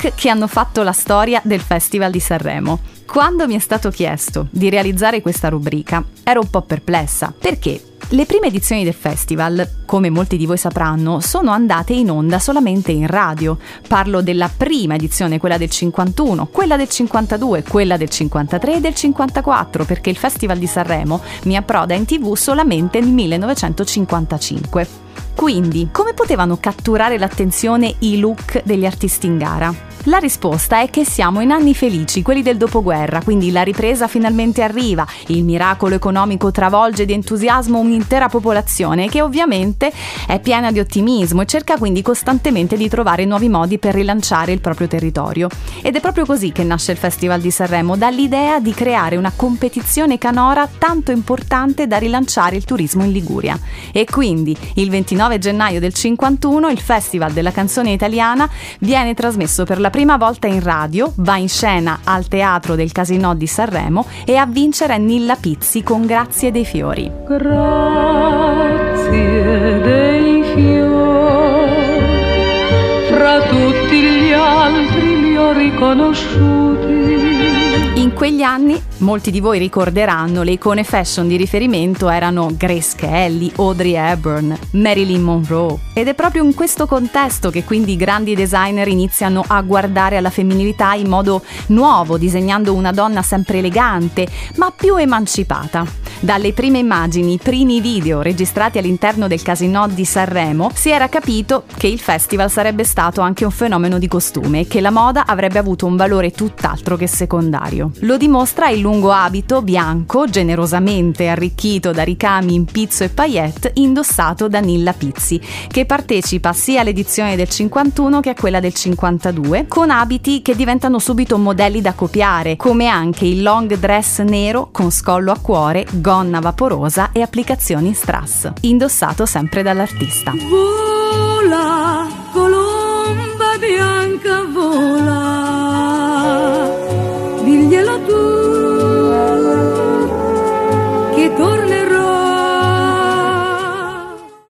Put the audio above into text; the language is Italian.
look che hanno fatto la storia del Festival di Sanremo. Quando mi è stato chiesto di realizzare questa rubrica, ero un po' perplessa, perché le prime edizioni del festival, come molti di voi sapranno, sono andate in onda solamente in radio. Parlo della prima edizione, quella del 51, quella del 52, quella del 53 e del 54, perché il Festival di Sanremo mi approda in TV solamente nel 1955. Quindi, come potevano catturare l'attenzione i look degli artisti in gara? La risposta è che siamo in anni felici, quelli del dopoguerra, quindi la ripresa finalmente arriva, il miracolo economico travolge di entusiasmo un'intera popolazione che ovviamente è piena di ottimismo e cerca quindi costantemente di trovare nuovi modi per rilanciare il proprio territorio. Ed è proprio così che nasce il Festival di Sanremo, dall'idea di creare una competizione canora tanto importante da rilanciare il turismo in Liguria. E quindi il 29 gennaio del 51 il Festival della canzone italiana viene trasmesso per la prima volta in radio, va in scena al Teatro del Casinò di Sanremo e a vincere Nilla Pizzi con Grazie dei fiori. Grazie dei fiori, fra tutti gli altri li ho riconosciuti. In quegli anni, molti di voi ricorderanno, le icone fashion di riferimento erano Grace Kelly, Audrey Hepburn, Marilyn Monroe. Ed è proprio in questo contesto che quindi i grandi designer iniziano a guardare alla femminilità in modo nuovo, disegnando una donna sempre elegante, ma più emancipata. Dalle prime immagini, i primi video registrati all'interno del Casinò di Sanremo, si era capito che il festival sarebbe stato anche un fenomeno di costume e che la moda avrebbe avuto un valore tutt'altro che secondario. Lo dimostra il lungo abito bianco, generosamente arricchito da ricami in pizzo e paillette, indossato da Nilla Pizzi, che partecipa sia all'edizione del 51 che a quella del 52, con abiti che diventano subito modelli da copiare, come anche il long dress nero con scollo a cuore, gonna vaporosa e applicazioni in strass, indossato sempre dall'artista.